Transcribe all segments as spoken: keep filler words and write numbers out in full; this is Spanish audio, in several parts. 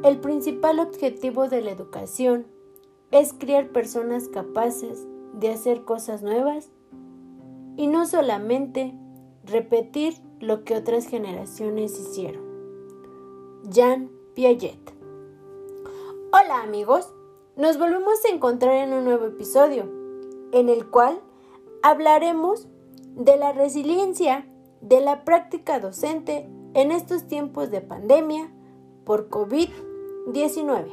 El principal objetivo de la educación es criar personas capaces de hacer cosas nuevas y no solamente repetir lo que otras generaciones hicieron. Jean Piaget. Hola amigos, nos volvemos a encontrar en un nuevo episodio, en el cual hablaremos de la resiliencia de la práctica docente en estos tiempos de pandemia por covid diecinueve.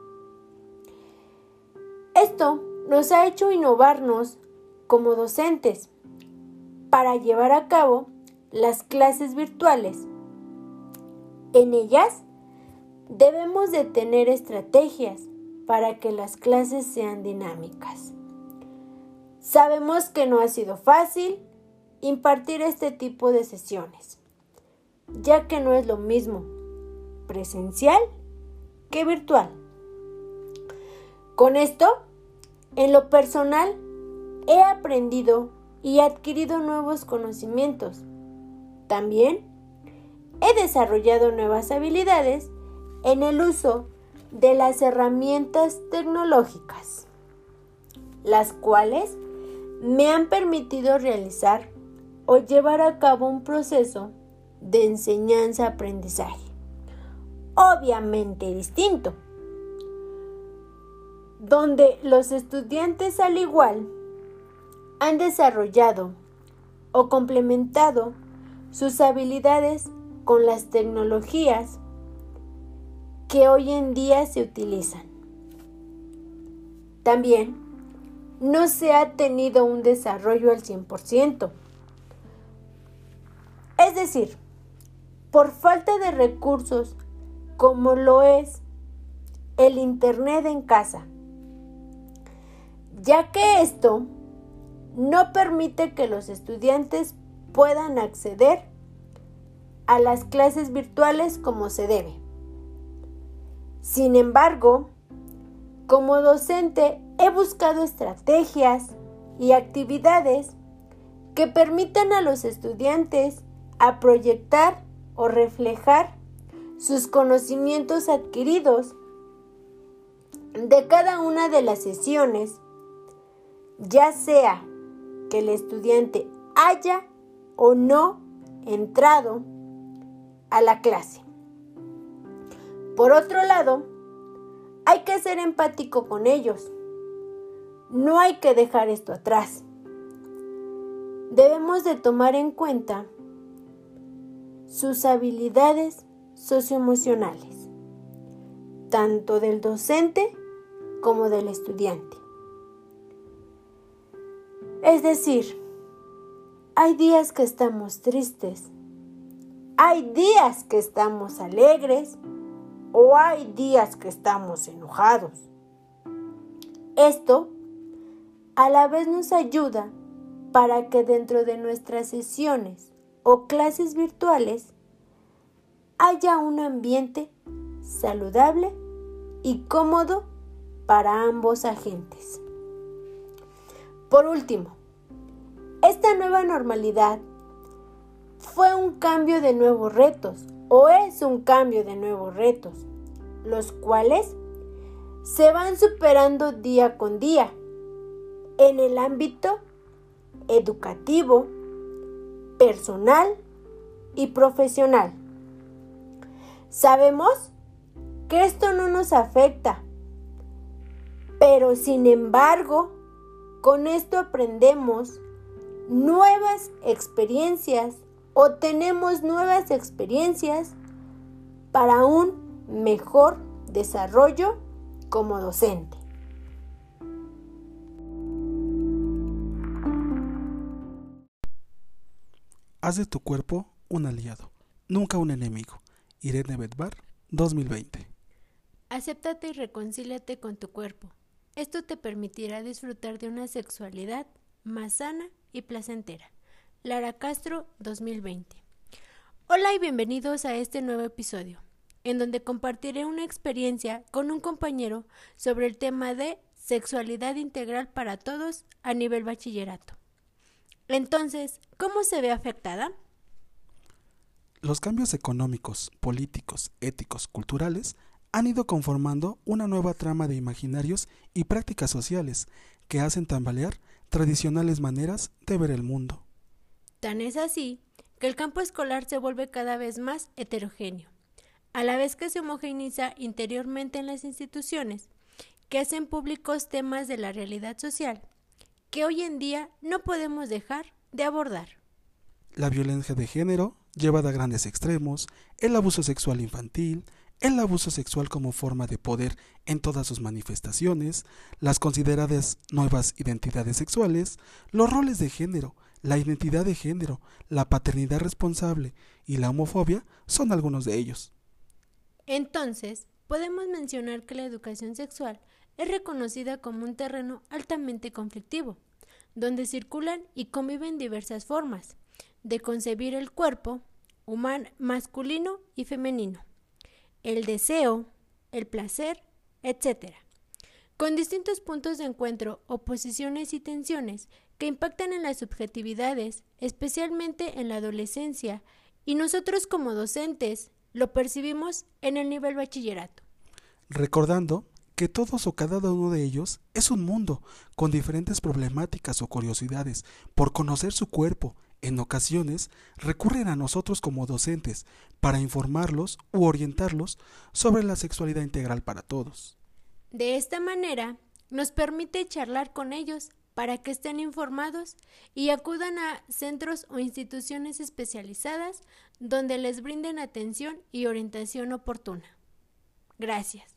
Esto nos ha hecho innovarnos como docentes para llevar a cabo las clases virtuales. En ellas debemos de tener estrategias para que las clases sean dinámicas. Sabemos que no ha sido fácil impartir este tipo de sesiones, ya que no es lo mismo presencial que virtual. Con esto, en lo personal, he aprendido y adquirido nuevos conocimientos. También he desarrollado nuevas habilidades en el uso de las herramientas tecnológicas, las cuales me han permitido realizar o llevar a cabo un proceso de enseñanza-aprendizaje, obviamente distinto, donde los estudiantes al igual han desarrollado o complementado sus habilidades con las tecnologías que hoy en día se utilizan. También no se ha tenido un desarrollo al cien por ciento. Es decir, por falta de recursos como lo es el internet en casa, ya que esto no permite que los estudiantes puedan acceder a las clases virtuales como se debe. Sin embargo, como docente he buscado estrategias y actividades que permitan a los estudiantes a proyectar o reflejar sus conocimientos adquiridos de cada una de las sesiones, ya sea que el estudiante haya o no entrado a la clase. Por otro lado, hay que ser empático con ellos. No hay que dejar esto atrás. Debemos de tomar en cuenta sus habilidades socioemocionales, tanto del docente como del estudiante. Es decir, hay días que estamos tristes, hay días que estamos alegres o hay días que estamos enojados. Esto a la vez nos ayuda para que dentro de nuestras sesiones o clases virtuales haya un ambiente saludable y cómodo para ambos agentes. Por último, esta nueva normalidad fue un cambio de nuevos retos o es un cambio de nuevos retos, los cuales se van superando día con día en el ámbito educativo, personal y profesional. Sabemos que esto no nos afecta, pero sin embargo, con esto aprendemos nuevas experiencias o tenemos nuevas experiencias para un mejor desarrollo como docente. Haz de tu cuerpo un aliado, nunca un enemigo. Irene Bedvar, dos mil veinte. Acéptate y reconcíliate con tu cuerpo. Esto te permitirá disfrutar de una sexualidad más sana y placentera. Lara Castro, dos mil veinte. Hola y bienvenidos a este nuevo episodio, en donde compartiré una experiencia con un compañero sobre el tema de sexualidad integral para todos a nivel bachillerato. Entonces, ¿cómo se ve afectada? Los cambios económicos, políticos, éticos, culturales han ido conformando una nueva trama de imaginarios y prácticas sociales que hacen tambalear tradicionales maneras de ver el mundo. Tan es así que el campo escolar se vuelve cada vez más heterogéneo, a la vez que se homogeneiza interiormente en las instituciones, que hacen públicos temas de la realidad social, que hoy en día no podemos dejar de abordar. La violencia de género llevada a grandes extremos, el abuso sexual infantil, el abuso sexual como forma de poder en todas sus manifestaciones, las consideradas nuevas identidades sexuales, los roles de género, la identidad de género, la paternidad responsable y la homofobia son algunos de ellos. Entonces, podemos mencionar que la educación sexual es reconocida como un terreno altamente conflictivo, donde circulan y conviven diversas formas de concebir el cuerpo humano masculino y femenino, el deseo, el placer, etcétera, con distintos puntos de encuentro, oposiciones y tensiones que impactan en las subjetividades, especialmente en la adolescencia, y nosotros como docentes lo percibimos en el nivel bachillerato. Recordando que todos o cada uno de ellos es un mundo con diferentes problemáticas o curiosidades por conocer su cuerpo. En ocasiones recurren a nosotros como docentes para informarlos u orientarlos sobre la sexualidad integral para todos. De esta manera nos permite charlar con ellos para que estén informados y acudan a centros o instituciones especializadas donde les brinden atención y orientación oportuna. Gracias.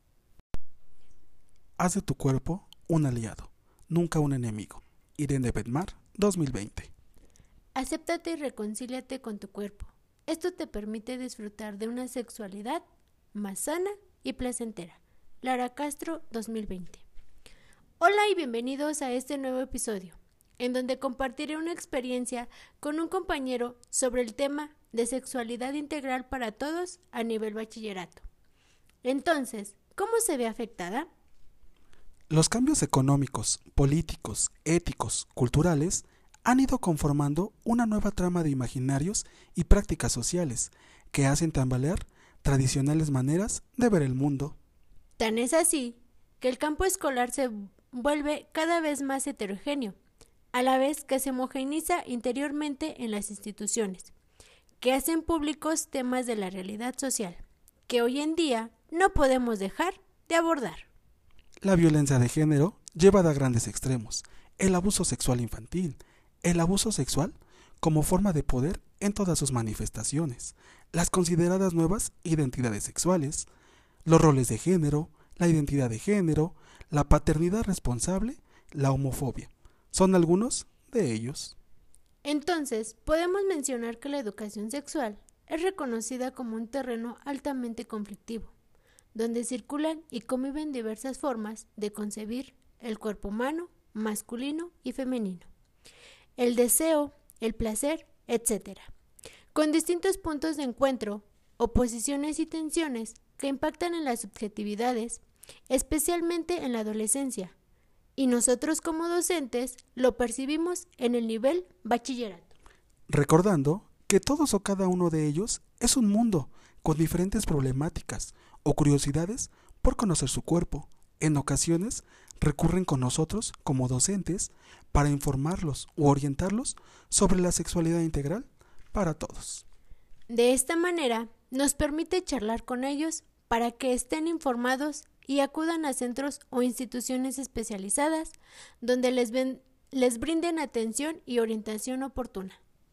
Haz de tu cuerpo un aliado, nunca un enemigo. Irene Bedmar, dos mil veinte. Acéptate y reconcíliate con tu cuerpo. Esto te permite disfrutar de una sexualidad más sana y placentera. Lara Castro, dos mil veinte. Hola y bienvenidos a este nuevo episodio, en donde compartiré una experiencia con un compañero sobre el tema de sexualidad integral para todos a nivel bachillerato. Entonces, ¿cómo se ve afectada? Los cambios económicos, políticos, éticos, culturales han ido conformando una nueva trama de imaginarios y prácticas sociales que hacen tambalear tradicionales maneras de ver el mundo. Tan es así que el campo escolar se vuelve cada vez más heterogéneo, a la vez que se homogeneiza interiormente en las instituciones, que hacen públicos temas de la realidad social, que hoy en día no podemos dejar de abordar. La violencia de género llevada a grandes extremos, el abuso sexual infantil, el abuso sexual como forma de poder en todas sus manifestaciones, las consideradas nuevas identidades sexuales, los roles de género, la identidad de género, la paternidad responsable, la homofobia. Son algunos de ellos. Entonces, podemos mencionar que la educación sexual es reconocida como un terreno altamente conflictivo, donde circulan y conviven diversas formas de concebir el cuerpo humano, masculino y femenino, el deseo, el placer, etcétera, con distintos puntos de encuentro, oposiciones y tensiones que impactan en las subjetividades, especialmente en la adolescencia, y nosotros como docentes lo percibimos en el nivel bachillerato. Recordando que todos o cada uno de ellos es un mundo con diferentes problemáticas o curiosidades por conocer su cuerpo. En ocasiones recurren con nosotros como docentes para informarlos u orientarlos sobre la sexualidad integral para todos. De esta manera nos permite charlar con ellos para que estén informados y acudan a centros o instituciones especializadas donde les, ven, les brinden atención y orientación oportuna.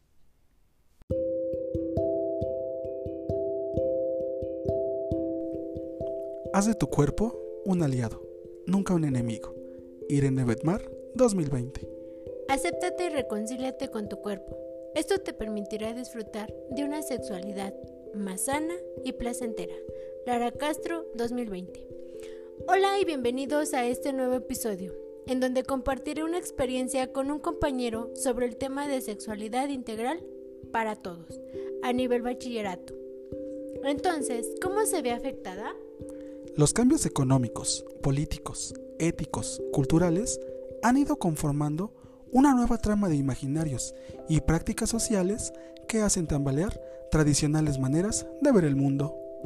Haz de tu cuerpo un aliado, nunca un enemigo. Irene Bedmar, dos mil veinte. Acéptate y reconcíliate con tu cuerpo. Esto te permitirá disfrutar de una sexualidad más sana y placentera. Lara Castro, dos mil veinte. Hola y bienvenidos a este nuevo episodio, en donde compartiré una experiencia con un compañero sobre el tema de sexualidad integral para todos, a nivel bachillerato. Entonces, ¿cómo se ve afectada? Los cambios económicos, políticos, éticos, culturales han ido conformando una nueva trama de imaginarios y prácticas sociales que hacen tambalear tradicionales maneras de ver el mundo.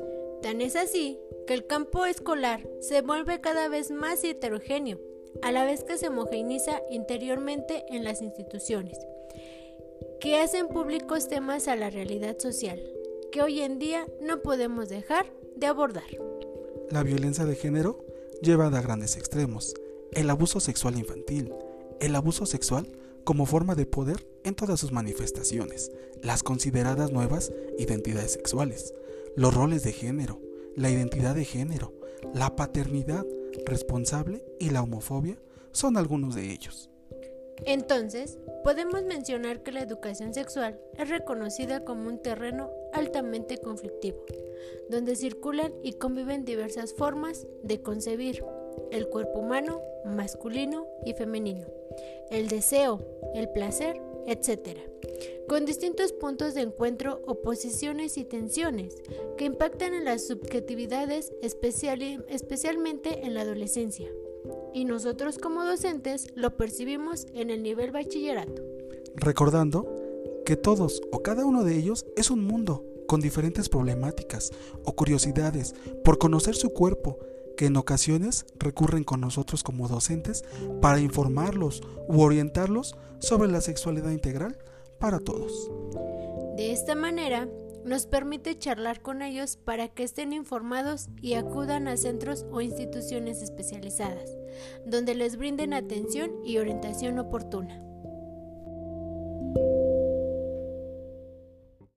Tan es así que el campo escolar se vuelve cada vez más heterogéneo, a la vez que se homogeneiza interiormente en las instituciones, que hacen públicos temas a la realidad social, que hoy en día no podemos dejar de abordar. La violencia de género llevada a grandes extremos, el abuso sexual infantil, el abuso sexual como forma de poder en todas sus manifestaciones, las consideradas nuevas identidades sexuales, los roles de género, la identidad de género, la paternidad responsable y la homofobia son algunos de ellos. Entonces, podemos mencionar que la educación sexual es reconocida como un terreno altamente conflictivo, donde circulan y conviven diversas formas de concebir el cuerpo humano, masculino y femenino, el deseo, el placer, etcétera, con distintos puntos de encuentro, oposiciones y tensiones que impactan en las subjetividades, especial, especialmente en la adolescencia. Y nosotros como docentes lo percibimos en el nivel bachillerato. Recordando que todos o cada uno de ellos es un mundo con diferentes problemáticas o curiosidades por conocer su cuerpo, que en ocasiones recurren con nosotros como docentes para informarlos u orientarlos sobre la sexualidad integral para todos. De esta manera, nos permite charlar con ellos para que estén informados y acudan a centros o instituciones especializadas, donde les brinden atención y orientación oportuna.